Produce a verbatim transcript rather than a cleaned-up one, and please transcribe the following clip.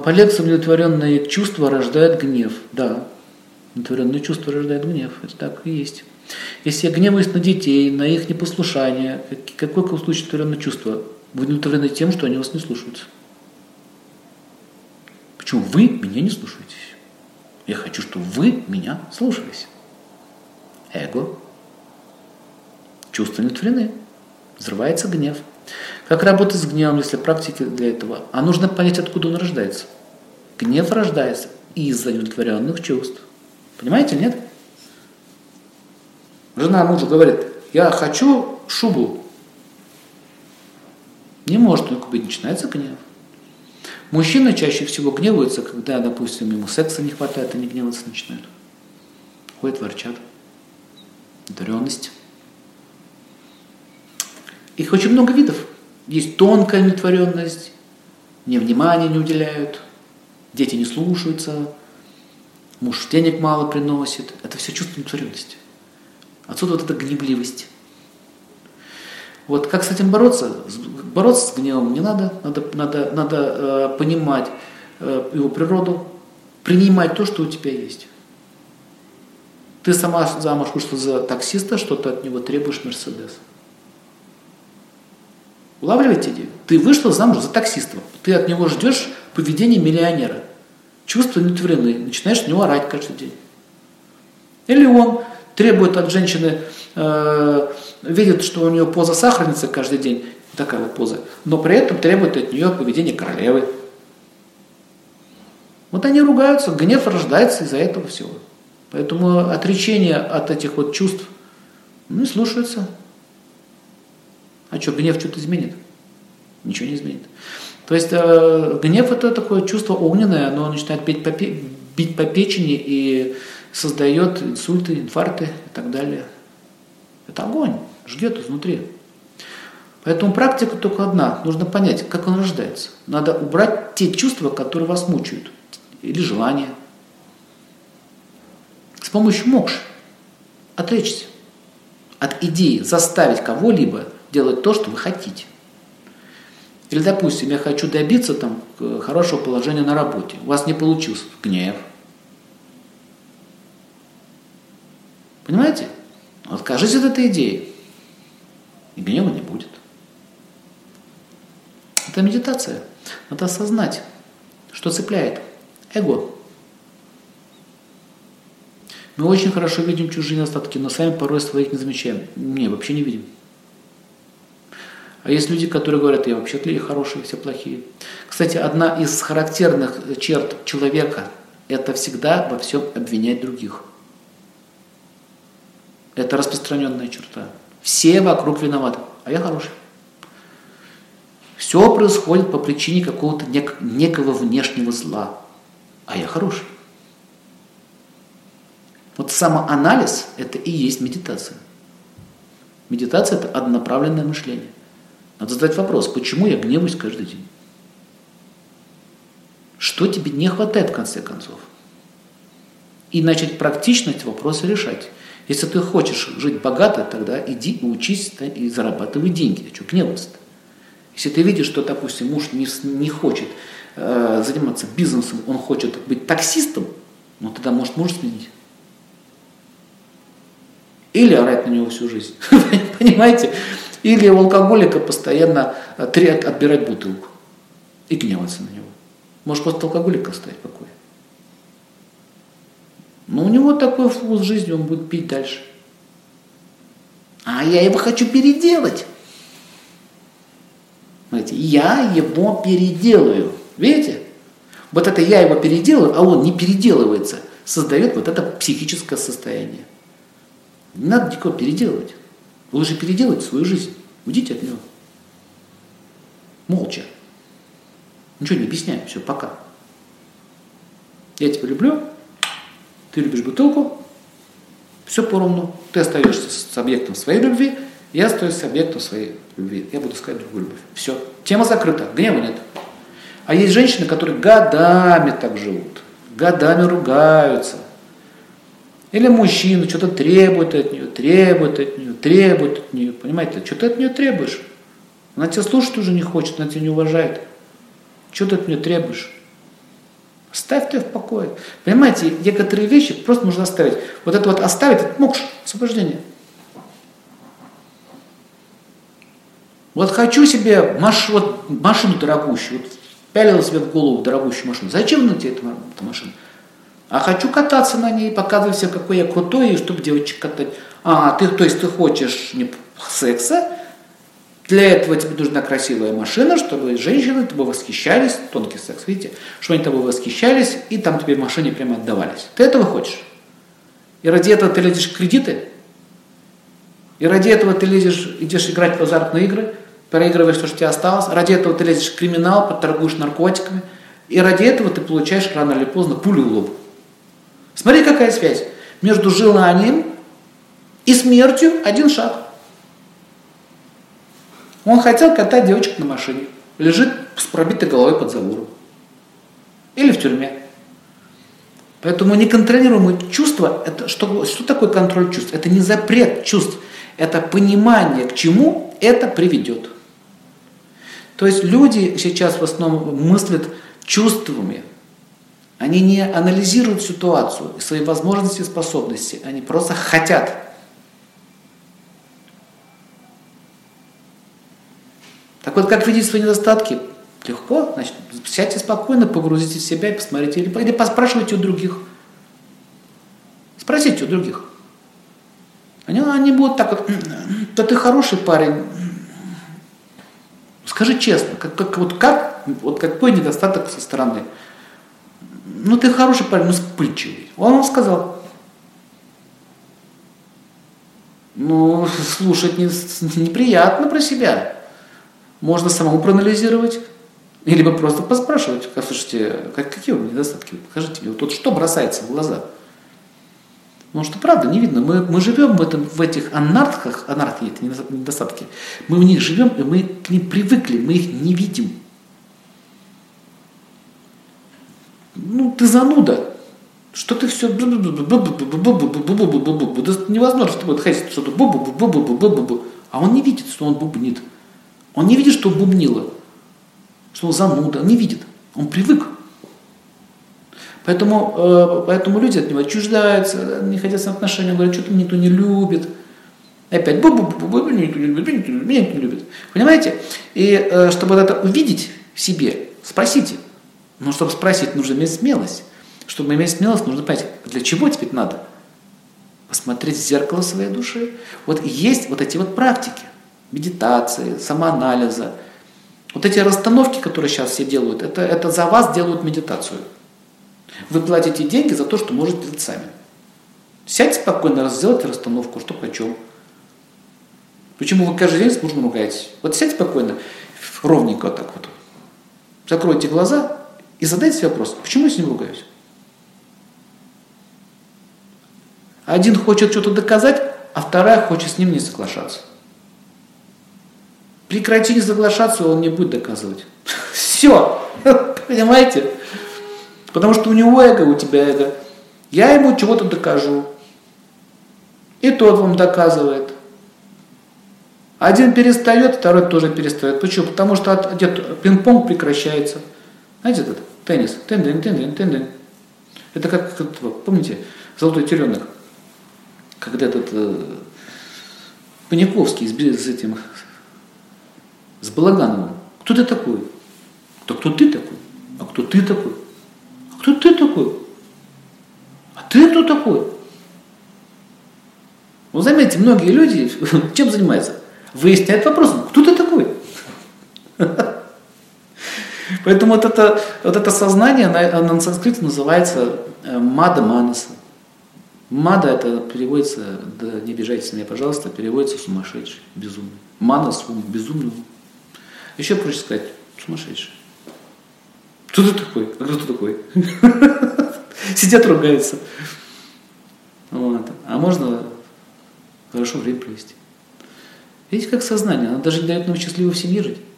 по лекциям удовлетворенные чувства рождают гнев. Да, удовлетворенные чувства рождают гнев. Это так и есть. Если я гневаюсь на детей, на их непослушание, какое в случае удовлетворенное чувство? Вы удовлетворены тем, что они вас не слушаются. Почему вы меня не слушаетесь? Я хочу, чтобы вы меня слушались. Эго. Чувства удовлетворены. Взрывается гнев. Как работать с гневом, если практики для этого? А нужно понять, откуда он рождается. Гнев рождается из-за неудовлетворенных чувств. Понимаете, нет? Жена мужу говорит: я хочу шубу. Не может он купить, начинается гнев. Мужчины чаще всего гневаются, когда, допустим, ему секса не хватает, они гневаться начинают. Ходят, ворчат. Удовлетворенность. Их очень много видов. Есть тонкая удовлетворенность, мне внимания не уделяют, дети не слушаются, муж денег мало приносит. Это все чувство удовлетворенности. Отсюда вот эта гневливость. Вот как с этим бороться? Бороться с гневом не надо. Надо, надо, надо э, понимать э, его природу, принимать то, что у тебя есть. Ты сама замуж вышла за таксиста, что ты от него требуешь Мерседес. Улавливаете идею? Ты вышла замуж за таксиста. Ты от него ждешь поведения миллионера. Чувства не удовлетворены. Начинаешь на него орать каждый день. Или он требует от женщины, э, видит, что у нее поза сахарницы каждый день, такая вот поза, но при этом требует от нее поведения королевы. Вот они ругаются, гнев рождается из-за этого всего. Поэтому отречение от этих вот чувств, ну и слушаются. А что, гнев что-то изменит? Ничего не изменит. То есть э, гнев это такое чувство огненное, оно начинает бить по, бить по печени и создает инсульты, инфаркты и так далее. Это огонь, ждет изнутри. Поэтому практика только одна. Нужно понять, как он рождается. Надо убрать те чувства, которые вас мучают. Или желания. С помощью мокши отречься от идеи заставить кого-либо делать то, что вы хотите. Или, допустим, я хочу добиться там хорошего положения на работе. У вас не получилось. Гнев. Понимаете? Откажитесь от этой идеи. И гнева не будет. Это медитация. Надо осознать, что цепляет. Эго. Мы очень хорошо видим чужие недостатки, но сами порой своих не замечаем. Не, вообще не видим. А есть люди, которые говорят: я вообще хорошие, все плохие. Кстати, одна из характерных черт человека – это всегда во всем обвинять других. Это распространенная черта. Все вокруг виноваты, а я хороший. Все происходит по причине какого-то нек- некого внешнего зла, а я хороший. Вот самоанализ – это и есть медитация. Медитация – это однонаправленное мышление. Надо задать вопрос: почему я гневаюсь каждый день? Что тебе не хватает в конце концов? И начать практично эти вопросы решать. Если ты хочешь жить богато, тогда иди и учись и зарабатывай деньги. А что гневаться-то? Если ты видишь, что, допустим, муж не, не хочет э, заниматься бизнесом, он хочет быть таксистом, ну тогда может муж сменить. Или орать на него всю жизнь. Понимаете? Или у алкоголика постоянно отбирать бутылку и гневаться на него. Может просто алкоголика оставить в покое. Но у него такой вкус жизни, он будет пить дальше. А я его хочу переделать. Знаете, я его переделаю. Видите? Вот это я его переделаю, а он не переделывается. Создает вот это психическое состояние. Не надо никого переделывать. Вы лучше переделайте свою жизнь. Уйдите от него. Молча. Ничего не объясняю. Все, пока. Я тебя люблю. Ты любишь бутылку. Все поровну. Ты остаешься с объектом своей любви. Я остаюсь с объектом своей любви. Я буду искать другую любовь. Все. Тема закрыта. Гнева нет. А есть женщины, которые годами так живут. Годами ругаются. Или мужчина что-то требует от нее, требует от нее, требует от нее. Понимаете, что ты от нее требуешь? Она тебя слушать уже не хочет, она тебя не уважает. Что ты от нее требуешь? Оставь ее в покое. Понимаете, некоторые вещи просто нужно оставить. Вот это вот оставить, это мокш, освобождение. Вот хочу себе маш, вот машину дорогущую, вот пялила себе в голову дорогущую машину. Зачем на тебе эта, эта машина? А хочу кататься на ней, показывать себе, какой я крутой, и чтобы девочек катать. А, ты, то есть ты хочешь не секса, для этого тебе нужна красивая машина, чтобы женщины тобой восхищались, тонкий секс, видите, чтобы они тобой восхищались, и там тебе в машине прямо отдавались. Ты этого хочешь? И ради этого ты лезешь в кредиты? И ради этого ты лезешь, идешь играть в азартные игры, проигрываешь то, что тебе осталось, ради этого ты лезешь в криминал, торгуешь наркотиками, и ради этого ты получаешь рано или поздно пулю в лоб. Смотри, какая связь. Между желанием и смертью один шаг. Он хотел катать девочек на машине, лежит с пробитой головой под забором. Или в тюрьме. Поэтому неконтролируемые чувства, это что, что такое контроль чувств? Это не запрет чувств, это понимание, к чему это приведет. То есть люди сейчас в основном мыслят чувствами. Они не анализируют ситуацию, свои возможности и способности. Они просто хотят. Так вот, как видеть свои недостатки? Легко. Значит, сядьте спокойно, погрузите в себя и посмотрите. Или, или поспрашивайте у других. Спросите у других. Они, они будут так вот, да ты хороший парень. Скажи честно, как, как, вот, как, вот какой недостаток со стороны? Ну ты хороший парень, но вспыльчивый. Он вам сказал. Ну, слушать не, неприятно про себя. Можно самому проанализировать. Или просто поспрашивать. Слушайте, как, какие у меня недостатки? Покажите мне, вот, вот что бросается в глаза? Потому что правда не видно. Мы, мы живем в, этом, в этих анархах, анархии, это недостатки. Мы в них живем, и мы к ним привыкли, мы их не видим. Ну, ты зануда. Что ты все... Невозможно с тобой ходить, что-то бу-бу-бу-бу-бу-бу-бу-бу. А он не видит, что он бубнит. Он не видит, что бубнило. Что он зануда. Он не видит. Он привык. Поэтому, э, поэтому люди от него отчуждаются, не хотят с ним отношения, говорят, что-то никто не любит. И опять бу-бу-бу-бу, меня никто не любит, меня никто не любит. Понимаете? И э, чтобы вот это увидеть в себе, спросите. Но чтобы спросить, нужно иметь смелость. Чтобы иметь смелость, нужно понять, для чего тебе это надо? Посмотреть в зеркало своей души. Вот есть вот эти вот практики. Медитации, самоанализа. Вот эти расстановки, которые сейчас все делают, это, это за вас делают медитацию. Вы платите деньги за то, что можете делать сами. Сядьте спокойно, сделайте расстановку, что почем. Почему вы каждый день с мужем ругаетесь? Вот сядьте спокойно, ровненько вот так вот. Закройте глаза и задайте себе вопрос, почему я с ним ругаюсь? Один хочет что-то доказать, а вторая хочет с ним не соглашаться. Прекрати не соглашаться, он не будет доказывать. Все, понимаете? Потому что у него эго, у тебя эго. Я ему чего-то докажу. И тот вам доказывает. Один перестает, второй тоже перестает. Почему? Потому что где-то пинг-понг прекращается. Знаете этот теннис? Тын-дын-тын-дын-тын-дын. Это как, как, помните, «Золотой теленок». Когда этот э, Паниковский с, с этим, с Балагановым. Кто ты такой? Да кто ты такой? А кто ты такой? А кто ты такой? А ты кто такой? Вы заметьте, многие люди чем занимаются? Выясняют вопросом, кто ты такой? Поэтому вот это, вот это сознание, на, на санскрите называется мада манаса. Мада, это переводится, да не обижайтесь на меня, пожалуйста, переводится сумасшедший, безумный. Манас, ум, безумный. Еще проще сказать, сумасшедший. Кто ты такой? А кто ты такой? Сидят, ругаются. Вот. А можно хорошо время провести. Видите, как сознание, оно даже не дает нам счастливо в семье жить.